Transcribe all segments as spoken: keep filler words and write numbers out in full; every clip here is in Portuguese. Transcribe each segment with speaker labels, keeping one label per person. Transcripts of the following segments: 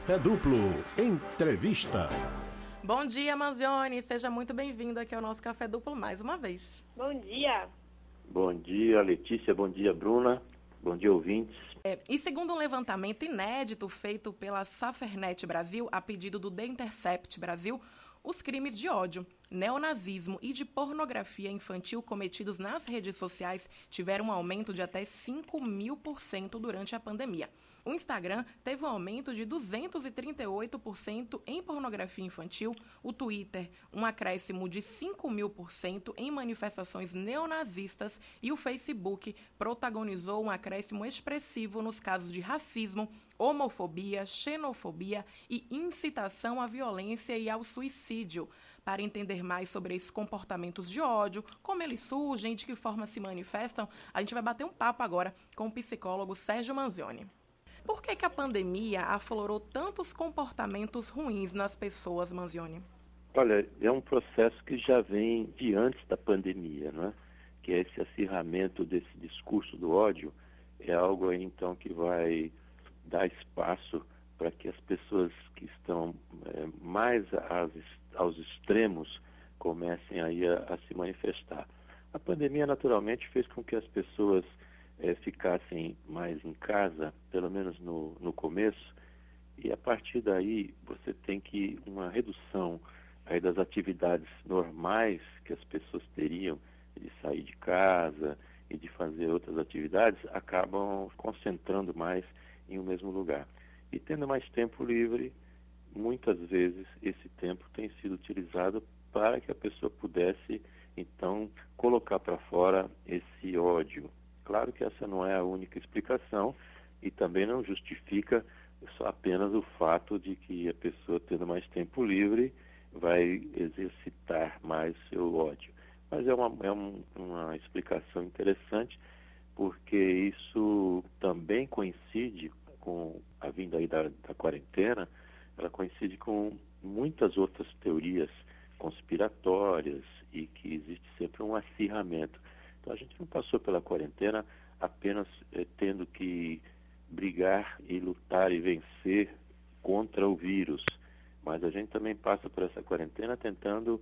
Speaker 1: Café Duplo, entrevista.
Speaker 2: Bom dia, Manzioni. Seja muito bem-vindo aqui ao nosso Café Duplo mais uma vez.
Speaker 3: Bom dia.
Speaker 4: Bom dia, Letícia. Bom dia, Bruna. Bom dia, ouvintes.
Speaker 2: É, e segundo um levantamento inédito feito pela Safernet Brasil, a pedido do The Intercept Brasil, os crimes de ódio, neonazismo e de pornografia infantil cometidos nas redes sociais tiveram um aumento de até cinco mil por cento durante a pandemia. O Instagram teve um aumento de duzentos e trinta e oito por cento em pornografia infantil, o Twitter um acréscimo de cinco mil por cento em manifestações neonazistas e o Facebook protagonizou um acréscimo expressivo nos casos de racismo, homofobia, xenofobia e incitação à violência e ao suicídio. Para entender mais sobre esses comportamentos de ódio, como eles surgem, de que forma se manifestam, a gente vai bater um papo agora com o psicólogo Sérgio Manzioni. Por que que a pandemia aflorou tantos comportamentos ruins nas pessoas, Manzioni?
Speaker 4: Olha, é um processo que já vem de antes da pandemia, né? Que é esse acirramento desse discurso do ódio, é algo aí, então, que vai dar espaço para que as pessoas que estão é, mais às, aos extremos comecem aí a, a se manifestar. A pandemia, naturalmente, fez com que as pessoas É, ficassem mais em casa, pelo menos no, no começo, e a partir daí você tem que uma redução aí das atividades normais que as pessoas teriam de sair de casa e de fazer outras atividades, acabam concentrando mais em um mesmo lugar. E tendo mais tempo livre, muitas vezes esse tempo tem sido utilizado para que a pessoa pudesse, então, colocar para fora esse ódio. Claro que essa não é a única explicação e também não justifica só apenas o fato de que a pessoa, tendo mais tempo livre, vai exercitar mais seu ódio. Mas é uma, é um, uma explicação interessante, porque isso também coincide com a vinda aí da, da quarentena, ela coincide com muitas outras teorias conspiratórias e que existe sempre um acirramento. Então, a gente não passou pela quarentena apenas eh, tendo que brigar e lutar e vencer contra o vírus, mas a gente também passa por essa quarentena tentando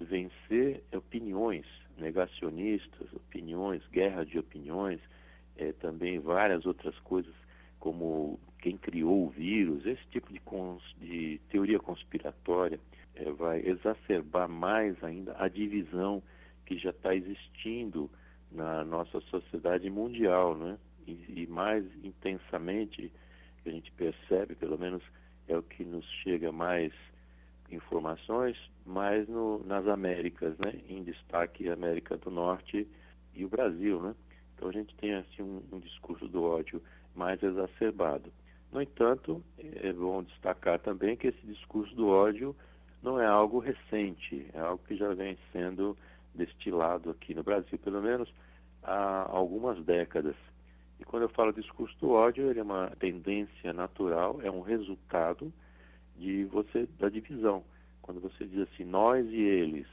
Speaker 4: vencer opiniões negacionistas, opiniões, guerra de opiniões, eh, também várias outras coisas como quem criou o vírus. Esse tipo de, cons, de teoria conspiratória eh, vai exacerbar mais ainda a divisão que já está existindo na nossa sociedade mundial, né? E, e mais intensamente, que a gente percebe, pelo menos é o que nos chega mais informações, mais no, nas Américas, né? Em destaque a América do Norte e o Brasil, né? Então a gente tem assim um, um discurso do ódio mais exacerbado. No entanto, é bom destacar também que esse discurso do ódio não é algo recente, é algo que já vem sendo destilado aqui no Brasil, pelo menos há algumas décadas. E quando eu falo discurso do ódio, ele é uma tendência natural, é um resultado de você da divisão. Quando você diz assim, nós e eles,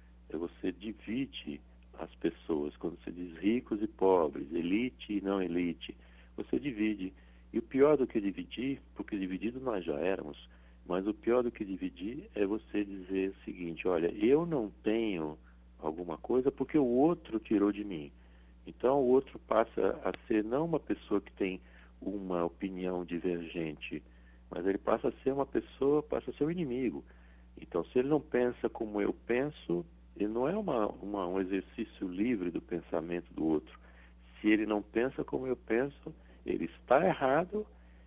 Speaker 4: você divide as pessoas. Quando você diz ricos e pobres, elite e não elite, você divide. E o pior do que dividir, porque dividido nós já éramos, mas o pior do que dividir é você dizer o seguinte, olha, eu não tenho alguma coisa porque o outro tirou de mim. Então o outro passa a ser não uma pessoa que tem uma opinião divergente, mas ele passa a ser uma pessoa, passa a ser um inimigo. Então se ele não pensa como eu penso, ele não é uma, uma, um exercício livre do pensamento do outro. Se ele não pensa como eu penso, ele está errado,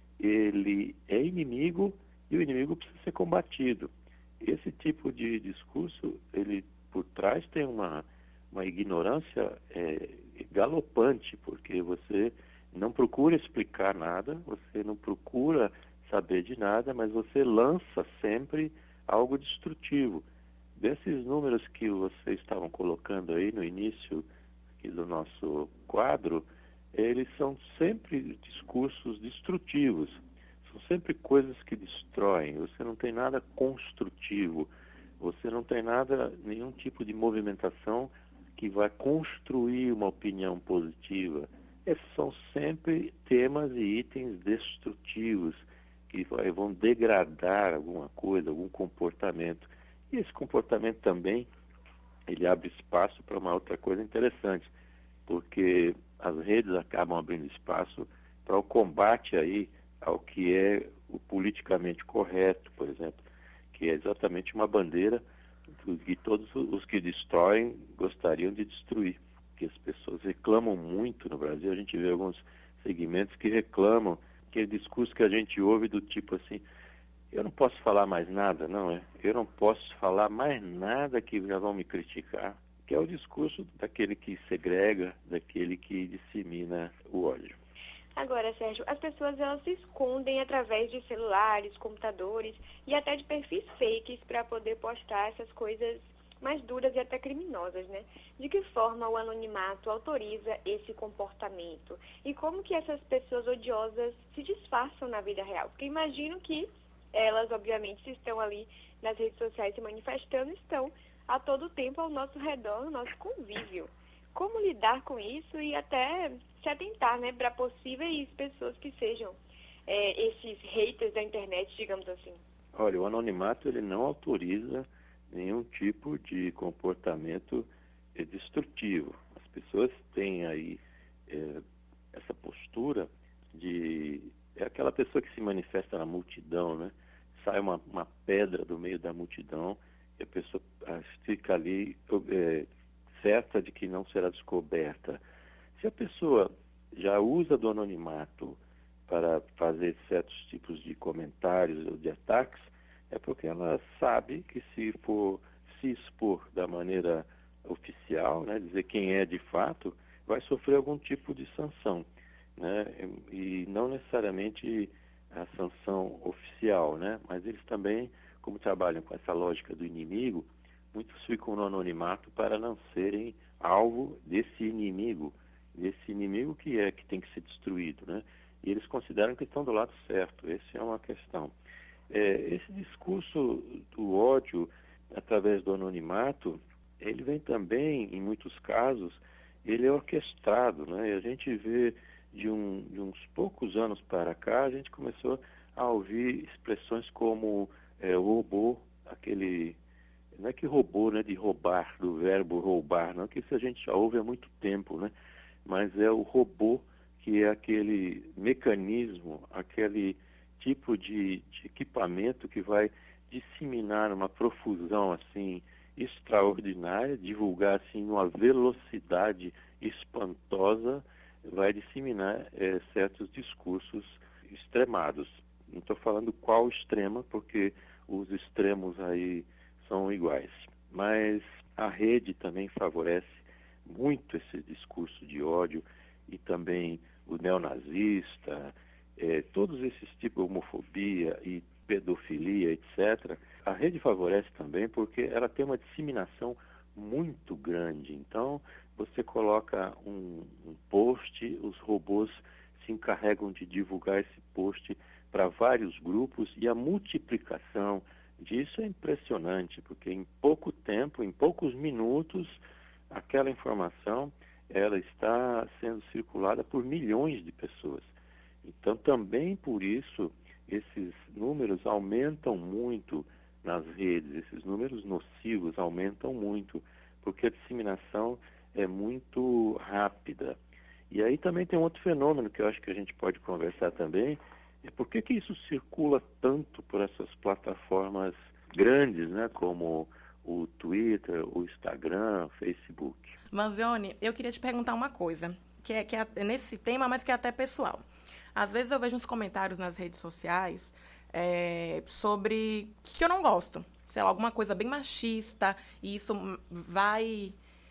Speaker 4: ele é inimigo e o inimigo precisa ser combatido. Esse tipo de discurso, ele por trás tem uma, uma ignorância é, galopante, porque você não procura explicar nada, você não procura saber de nada, mas você lança sempre algo destrutivo. Desses números que vocês estavam colocando aí no início aqui do nosso quadro, eles são sempre discursos destrutivos, são sempre coisas que destroem, você não tem nada construtivo. Você não tem nada, nenhum tipo de movimentação que vai construir uma opinião positiva. Esses são sempre temas e itens destrutivos que que vai, vão degradar alguma coisa, algum comportamento. E esse comportamento também, ele abre espaço para uma outra coisa interessante, porque as redes acabam abrindo espaço para o combate aí ao que é o politicamente correto, por exemplo, que é exatamente uma bandeira que todos os que destroem gostariam de destruir, que as pessoas reclamam muito no Brasil. A gente vê alguns segmentos que reclamam, aquele discurso que a gente ouve do tipo assim, eu não posso falar mais nada, não é? Eu não posso falar mais nada que já vão me criticar, que é o discurso daquele que segrega, daquele que dissemina o ódio.
Speaker 3: Agora, Sérgio, as pessoas elas se escondem através de celulares, computadores e até de perfis fakes para poder postar essas coisas mais duras e até criminosas, né? De que forma o anonimato autoriza esse comportamento? E como que essas pessoas odiosas se disfarçam na vida real? Porque imagino que elas, obviamente, se estão ali nas redes sociais se manifestando, estão a todo tempo ao nosso redor, no nosso convívio. Como lidar com isso e até se atentar, né, para possíveis pessoas que sejam é, esses haters da internet, digamos assim?
Speaker 4: Olha, o anonimato ele não autoriza nenhum tipo de comportamento é, destrutivo. As pessoas têm aí é, essa postura de... É aquela pessoa que se manifesta na multidão, né? Sai uma, uma pedra do meio da multidão e a pessoa fica ali é, certa de que não será descoberta. Se a pessoa já usa do anonimato para fazer certos tipos de comentários ou de ataques, é porque ela sabe que se for se expor da maneira oficial, né, dizer quem é de fato, vai sofrer algum tipo de sanção, né, e não necessariamente a sanção oficial, né, mas eles também, como trabalham com essa lógica do inimigo, muitos ficam no anonimato para não serem alvo desse inimigo, desse inimigo que é que tem que ser destruído, né, e eles consideram que estão do lado certo. Essa é uma questão. É, esse discurso do ódio através do anonimato, ele vem também, em muitos casos, ele é orquestrado, né? E a gente vê de, um, de uns poucos anos para cá, a gente começou a ouvir expressões como é, robô, aquele, não é que robô, né, de roubar, do verbo roubar, não, que isso a gente já ouve há muito tempo, né? Mas é o robô, que é aquele mecanismo, aquele tipo de, de equipamento que vai disseminar uma profusão assim extraordinária, divulgar assim uma velocidade espantosa, vai disseminar é, certos discursos extremados. Não estou falando qual extrema, porque os extremos aí são iguais. Mas a rede também favorece muito esse discurso de ódio e também o neonazista, é, todos esses tipos de homofobia e pedofilia, etcétera. A rede favorece também porque ela tem uma disseminação muito grande. Então, você coloca um, um post, os robôs se encarregam de divulgar esse post para vários grupos e a multiplicação disso é impressionante, porque em pouco tempo, em poucos minutos, aquela informação ela está sendo circulada por milhões de pessoas. Então, também por isso, esses números aumentam muito nas redes, esses números nocivos aumentam muito, porque a disseminação é muito rápida. E aí também tem um outro fenômeno que eu acho que a gente pode conversar também, é por que que isso circula tanto por essas plataformas grandes, né, como o Twitter, o Instagram, o Facebook.
Speaker 2: Manzioni, eu queria te perguntar uma coisa, que é, que é nesse tema, mas que é até pessoal. Às vezes eu vejo uns comentários nas redes sociais é, sobre que eu não gosto. Sei lá, alguma coisa bem machista, e isso vai...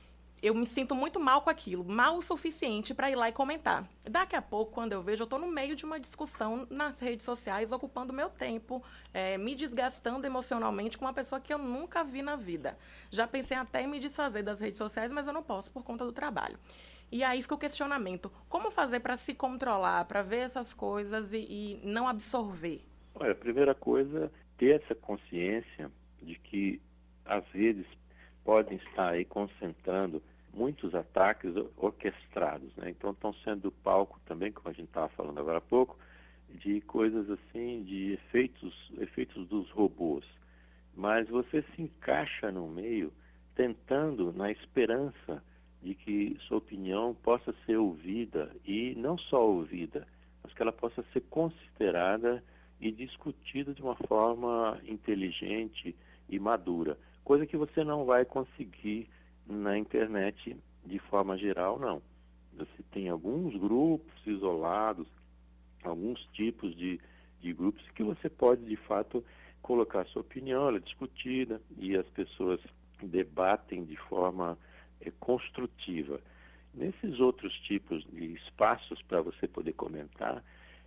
Speaker 2: Eu me sinto muito mal com aquilo, mal o suficiente para ir lá e comentar. Daqui a pouco, quando eu vejo, eu estou no meio de uma discussão nas redes sociais, ocupando meu tempo, é, me desgastando emocionalmente com uma pessoa que eu nunca vi na vida. Já pensei até em me desfazer das redes sociais, mas eu não posso por conta do trabalho. E aí fica o questionamento, como fazer para se controlar, para ver essas coisas e, e não absorver?
Speaker 4: Olha, a primeira coisa, ter essa consciência de que as redes podem estar aí concentrando muitos ataques orquestrados, né? Então estão sendo palco também, como a gente estava falando agora há pouco, de coisas assim, de efeitos, efeitos dos robôs. Mas você se encaixa no meio, tentando, na esperança de que sua opinião possa ser ouvida, e não só ouvida, mas que ela possa ser considerada e discutida de uma forma inteligente e madura, coisa que você não vai conseguir na internet de forma geral, não. Você tem alguns grupos isolados, alguns tipos de, de grupos que você pode, de fato, colocar sua opinião, ela é discutida e as pessoas debatem de forma é, construtiva. Nesses outros tipos de espaços para você poder comentar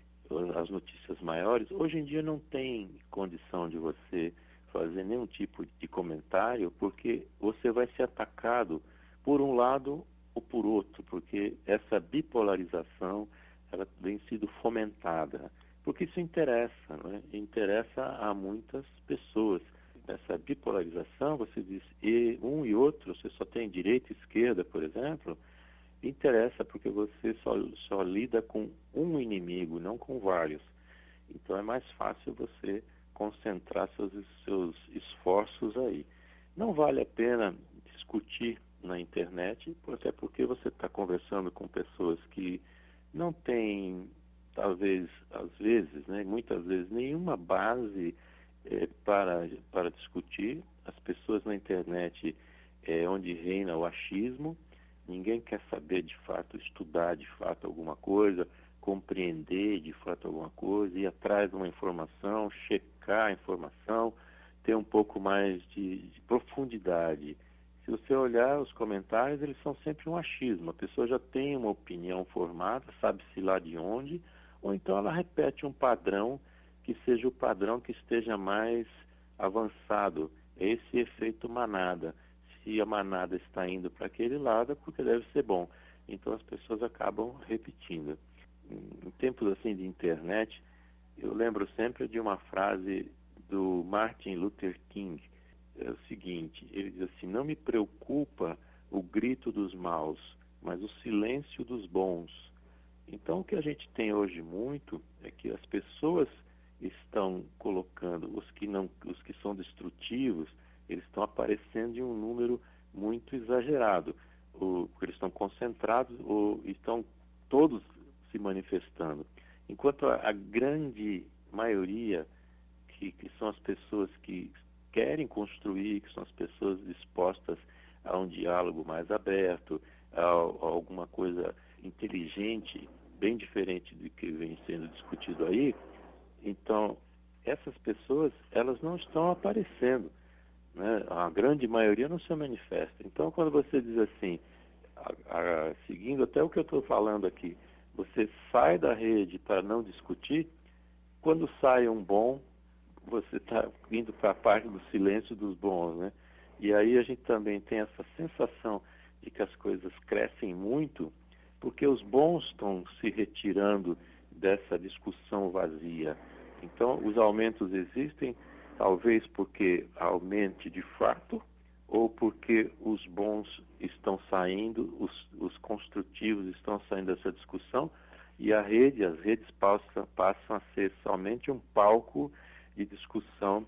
Speaker 4: as notícias maiores, hoje em dia não tem condição de você fazer nenhum tipo de comentário, porque você vai ser atacado por um lado ou por outro, porque essa bipolarização ela vem sido fomentada, porque isso interessa, não é? Interessa a muitas pessoas. Nessa bipolarização, você diz e um e outro, você só tem direita e esquerda, por exemplo, interessa porque você só, só lida com um inimigo, não com vários. Então é mais fácil você concentrar seus, seus esforços aí. Não vale a pena discutir na internet, até porque você está conversando com pessoas que não têm, talvez, às vezes, né, muitas vezes, nenhuma base eh, para, para discutir. As pessoas na internet é onde reina o achismo. Ninguém quer saber de fato, estudar de fato alguma coisa, compreender de fato alguma coisa, ir atrás de uma informação, checar a informação, ter um pouco mais de, de profundidade. Se você olhar os comentários, eles são sempre um achismo. A pessoa já tem uma opinião formada, sabe-se lá de onde, ou então ela repete um padrão que seja o padrão que esteja mais avançado. Esse efeito manada. Se a manada está indo para aquele lado, é porque deve ser bom. Então as pessoas acabam repetindo. Em tempos assim de internet, eu lembro sempre de uma frase do Martin Luther King. É o seguinte, ele diz assim: não me preocupa o grito dos maus, mas o silêncio dos bons. Então o que a gente tem hoje muito é que as pessoas estão colocando, os que, não, os que são destrutivos, eles estão aparecendo em um número muito exagerado. O, eles estão concentrados ou estão todos se manifestando. Enquanto a, a grande maioria, que, que são as pessoas que querem construir, que são as pessoas dispostas a um diálogo mais aberto, a, a alguma coisa inteligente, bem diferente do que vem sendo discutido aí, então essas pessoas, elas não estão aparecendo. Né? A grande maioria não se manifesta. Então, quando você diz assim, a, a, seguindo até o que eu estou falando aqui, você sai da rede para não discutir, quando sai um bom, você está indo para a parte do silêncio dos bons, né? E aí a gente também tem essa sensação de que as coisas crescem muito, porque os bons estão se retirando dessa discussão vazia. Então, os aumentos existem, talvez porque aumente de fato, ou porque os bons estão saindo, os, os construtivos estão saindo dessa discussão, e a rede, as redes passam, passam a ser somente um palco de discussão,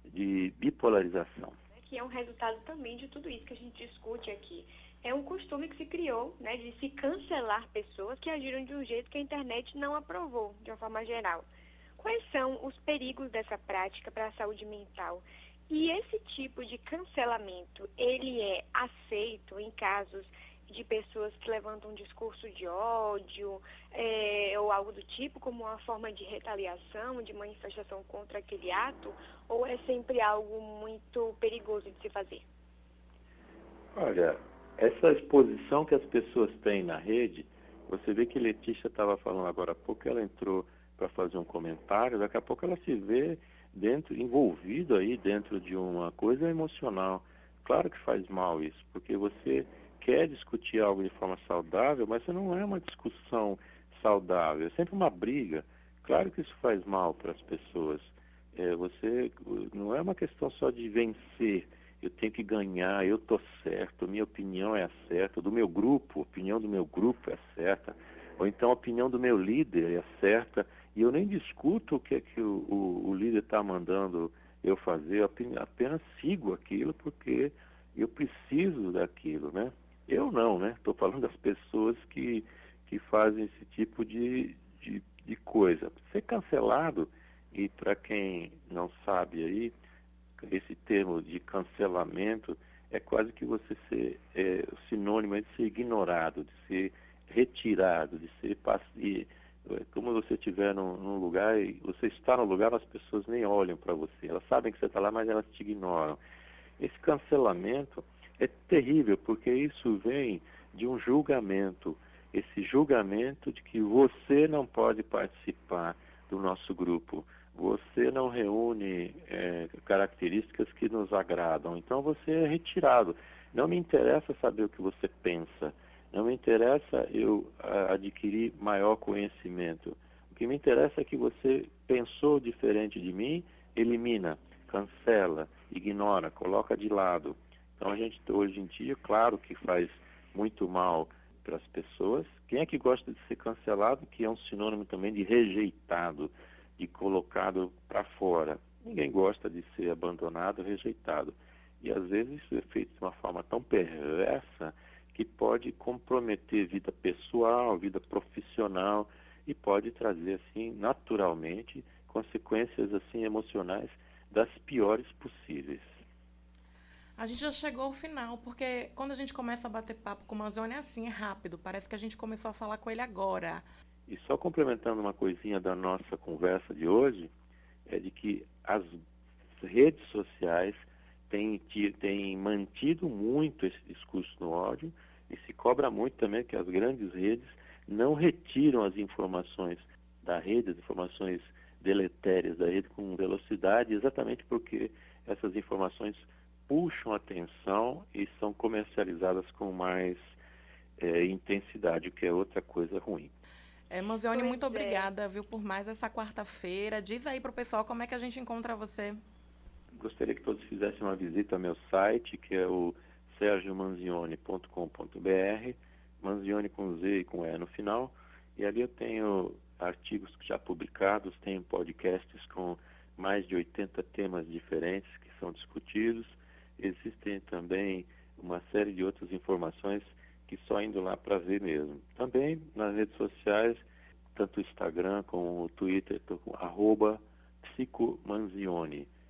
Speaker 4: de bipolarização.
Speaker 3: Que é um resultado também de tudo isso que a gente discute aqui. É um costume que se criou, né, de se cancelar pessoas que agiram de um jeito que a internet não aprovou, de uma forma geral. Quais são os perigos dessa prática para a saúde mental? E esse tipo de cancelamento, ele é aceito em casos de pessoas que levantam um discurso de ódio é, ou algo do tipo, como uma forma de retaliação, de manifestação contra aquele ato, ou é sempre algo muito perigoso de se fazer?
Speaker 4: Olha, essa exposição que as pessoas têm na rede, você vê que Letícia estava falando agora há pouco, ela entrou para fazer um comentário, daqui a pouco ela se vê dentro, envolvido aí dentro de uma coisa emocional. Claro que faz mal isso, porque você quer discutir algo de forma saudável, mas isso não é uma discussão saudável, é sempre uma briga. Claro que isso faz mal para as pessoas. É, você, não é uma questão só de vencer, eu tenho que ganhar, eu estou certo, minha opinião é a certa, do meu grupo, a opinião do meu grupo é a certa, ou então a opinião do meu líder é a certa, E eu nem discuto o que é que o, o, o líder está mandando eu fazer, eu apenas, apenas sigo aquilo porque eu preciso daquilo, né? Eu não, né? Estou falando das pessoas que, que fazem esse tipo de, de, de coisa. Ser cancelado, e para quem não sabe aí, esse termo de cancelamento é quase que você ser é, sinônimo de ser ignorado, de ser retirado, de ser de, como você estiver num, num lugar e você está no lugar, as pessoas nem olham para você. Elas sabem que você está lá, mas elas te ignoram. Esse cancelamento é terrível, porque isso vem de um julgamento. Esse julgamento de que você não pode participar do nosso grupo. Você não reúne é, características que nos agradam. Então você é retirado. Não me interessa saber o que você pensa. Não me interessa eu a, adquirir maior conhecimento. O que me interessa é que você pensou diferente de mim, elimina, cancela, ignora, coloca de lado. Então a gente hoje em dia, claro que faz muito mal para as pessoas. Quem é que gosta de ser cancelado, que é um sinônimo também de rejeitado, de colocado para fora? Ninguém gosta de ser abandonado, rejeitado. E às vezes isso é feito de uma forma tão perversa que pode comprometer vida pessoal, vida profissional e pode trazer assim naturalmente consequências assim emocionais das piores possíveis.
Speaker 2: A gente já chegou ao final, porque quando a gente começa a bater papo com o Manzioni é assim, é rápido, parece que a gente começou a falar com ele agora.
Speaker 4: E só complementando uma coisinha da nossa conversa de hoje, é de que as redes sociais têm, têm mantido muito esse discurso no ódio e se cobra muito também que as grandes redes não retiram as informações da rede, as informações deletérias da rede com velocidade, exatamente porque essas informações puxam atenção e são comercializadas com mais é, intensidade, o que é outra coisa ruim.
Speaker 2: É, Manzioni, muito é. obrigada, viu, por mais essa quarta-feira. Diz aí para o pessoal como é que a gente encontra você.
Speaker 4: Gostaria que todos fizessem uma visita ao meu site, que é o sergio manzioni ponto com ponto b r, Manzioni com Z e com E no final, e ali eu tenho artigos já publicados, tenho podcasts com mais de oitenta temas diferentes que são discutidos. Existem também uma série de outras informações que só indo lá para ver mesmo. Também nas redes sociais, tanto o Instagram como o Twitter, estou com arroba psicomanzioni.